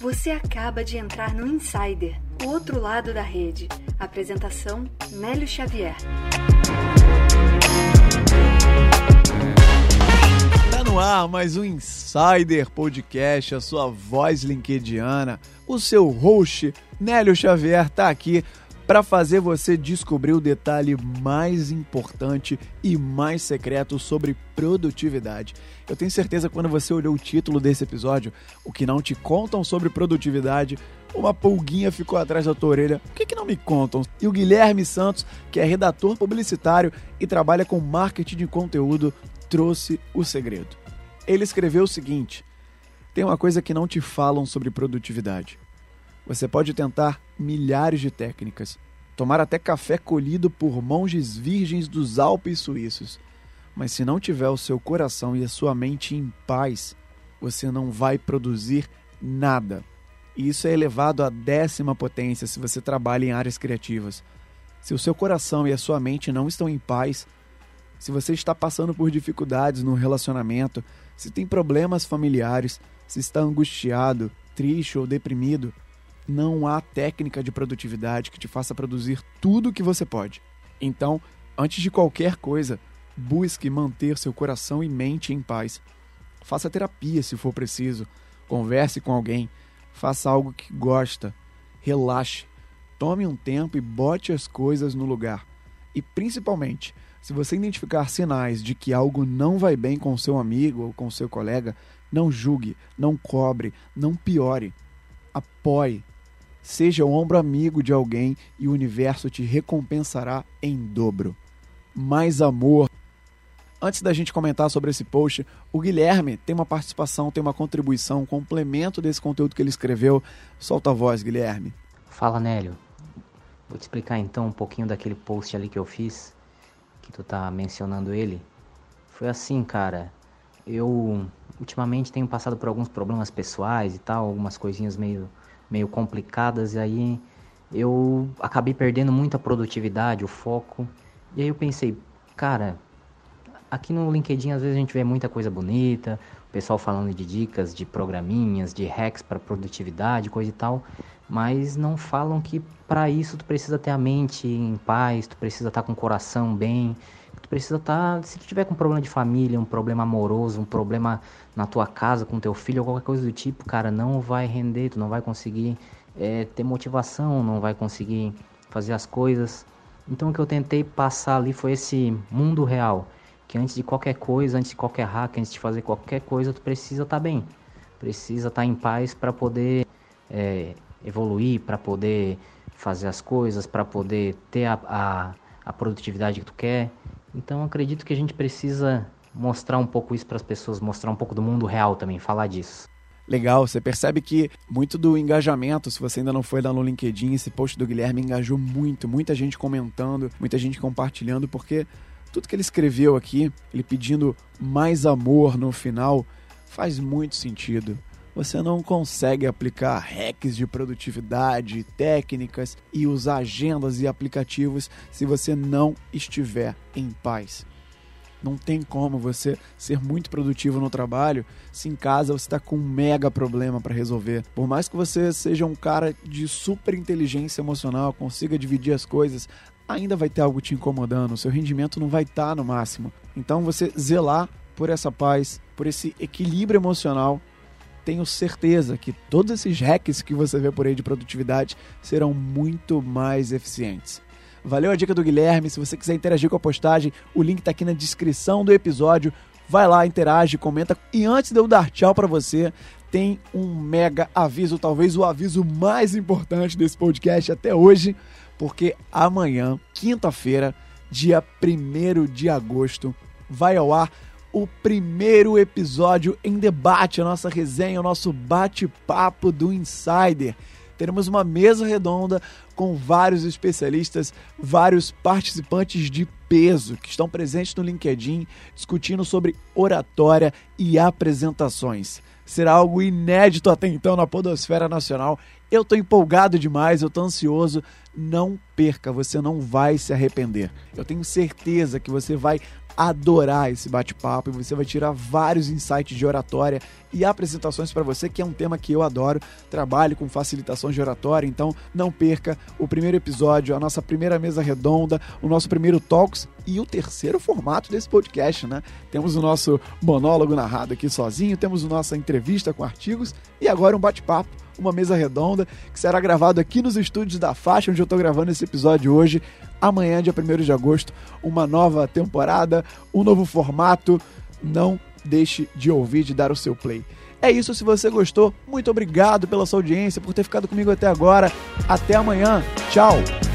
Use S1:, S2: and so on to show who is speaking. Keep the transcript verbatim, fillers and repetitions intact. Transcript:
S1: Você acaba de entrar no Insider, o outro lado da rede. Apresentação, Nélio Xavier.
S2: Tá no ar mais um Insider Podcast, a sua voz linkediana. O seu host, Nélio Xavier, tá aqui para fazer você descobrir o detalhe mais importante e mais secreto sobre produtividade. Eu tenho certeza que quando você olhou o título desse episódio, o que não te contam sobre produtividade, uma pulguinha ficou atrás da tua orelha. O que, que não me contam? E o Guilherme Santos, que é redator publicitário e trabalha com marketing de conteúdo, trouxe o segredo. Ele escreveu o seguinte: tem uma coisa que não te falam sobre produtividade. Você pode tentar milhares de técnicas, tomar até café colhido por monges virgens dos Alpes suíços, mas se não tiver o seu coração e a sua mente em paz, você não vai produzir nada. E isso é elevado à décima potência se você trabalha em áreas criativas. Se o seu coração e a sua mente não estão em paz, se você está passando por dificuldades no relacionamento, se tem problemas familiares, se está angustiado, triste ou deprimido, não há técnica de produtividade que te faça produzir tudo o que você pode. Então, antes de qualquer coisa, busque manter seu coração e mente em paz. Faça terapia se for preciso, converse com alguém, faça algo que gosta, relaxe, tome um tempo e bote as coisas no lugar. E principalmente, se você identificar sinais de que algo não vai bem com seu amigo ou com seu colega, não julgue, não cobre, não piore. Apoie. Seja o ombro amigo de alguém e o universo te recompensará em dobro. Mais amor. Antes da gente comentar sobre esse post, o Guilherme tem uma participação, tem uma contribuição, um complemento desse conteúdo que ele escreveu. Solta a voz, Guilherme.
S3: Fala, Nélio. Vou te explicar então um pouquinho daquele post ali que eu fiz, que tu tá mencionando ele. Foi assim, cara. Eu ultimamente tenho passado por alguns problemas pessoais e tal, algumas coisinhas meio... meio complicadas, e aí eu acabei perdendo muita produtividade, o foco. E aí eu pensei, cara, aqui no LinkedIn às vezes a gente vê muita coisa bonita, o pessoal falando de dicas, de programinhas, de hacks para produtividade, coisa e tal, mas não falam que para isso tu precisa ter a mente em paz, tu precisa estar com o coração bem, tu precisa estar, se tu tiver com um problema de família, um problema amoroso, um problema na tua casa com teu filho ou qualquer coisa do tipo, cara, não vai render, tu não vai conseguir é, ter motivação, não vai conseguir fazer as coisas. Então o que eu tentei passar ali foi esse mundo real, que antes de qualquer coisa, antes de qualquer hack, antes de fazer qualquer coisa, tu precisa estar bem, precisa estar em paz para poder é, evoluir, para poder fazer as coisas, para poder ter a, a, a produtividade que tu quer. Então eu acredito que a gente precisa mostrar um pouco isso para as pessoas, mostrar um pouco do mundo real também, falar disso.
S2: Legal, você percebe que muito do engajamento, se você ainda não foi lá no LinkedIn, esse post do Guilherme engajou muito, muita gente comentando, muita gente compartilhando, porque tudo que ele escreveu aqui, ele pedindo mais amor no final, faz muito sentido. Você não consegue aplicar hacks de produtividade, técnicas e usar agendas e aplicativos se você não estiver em paz. Não tem como você ser muito produtivo no trabalho se em casa você está com um mega problema para resolver. Por mais que você seja um cara de super inteligência emocional, consiga dividir as coisas, ainda vai ter algo te incomodando, o seu rendimento não vai estar no máximo. Então você zelar por essa paz, por esse equilíbrio emocional, tenho certeza que todos esses hacks que você vê por aí de produtividade serão muito mais eficientes. Valeu a dica do Guilherme. Se você quiser interagir com a postagem, o link está aqui na descrição do episódio. Vai lá, interage, comenta. E antes de eu dar tchau para você, tem um mega aviso, talvez o aviso mais importante desse podcast até hoje, porque amanhã, quinta-feira, dia primeiro de agosto, vai ao ar o primeiro episódio em debate, a nossa resenha, o nosso bate-papo do Insider. Teremos uma mesa redonda com vários especialistas, vários participantes de peso que estão presentes no LinkedIn, discutindo sobre oratória e apresentações. Será algo inédito até então na podosfera nacional. Eu estou empolgado demais, eu estou ansioso. Não perca, você não vai se arrepender. Eu tenho certeza que você vai adorar esse bate-papo e você vai tirar vários insights de oratória e apresentações para você, que é um tema que eu adoro. Trabalho com facilitação de oratória, então não perca o primeiro episódio, a nossa primeira mesa redonda, o nosso primeiro Talks e o terceiro formato desse podcast, né? Temos o nosso monólogo narrado aqui sozinho, temos a nossa entrevista com artigos e agora um bate-papo, uma mesa redonda, que será gravado aqui nos estúdios da Faixa, onde eu estou gravando esse episódio hoje. Amanhã, dia primeiro de agosto, uma nova temporada, um novo formato. Não deixe de ouvir, de dar o seu play. É isso, se você gostou, muito obrigado pela sua audiência, por ter ficado comigo até agora. Até amanhã. Tchau!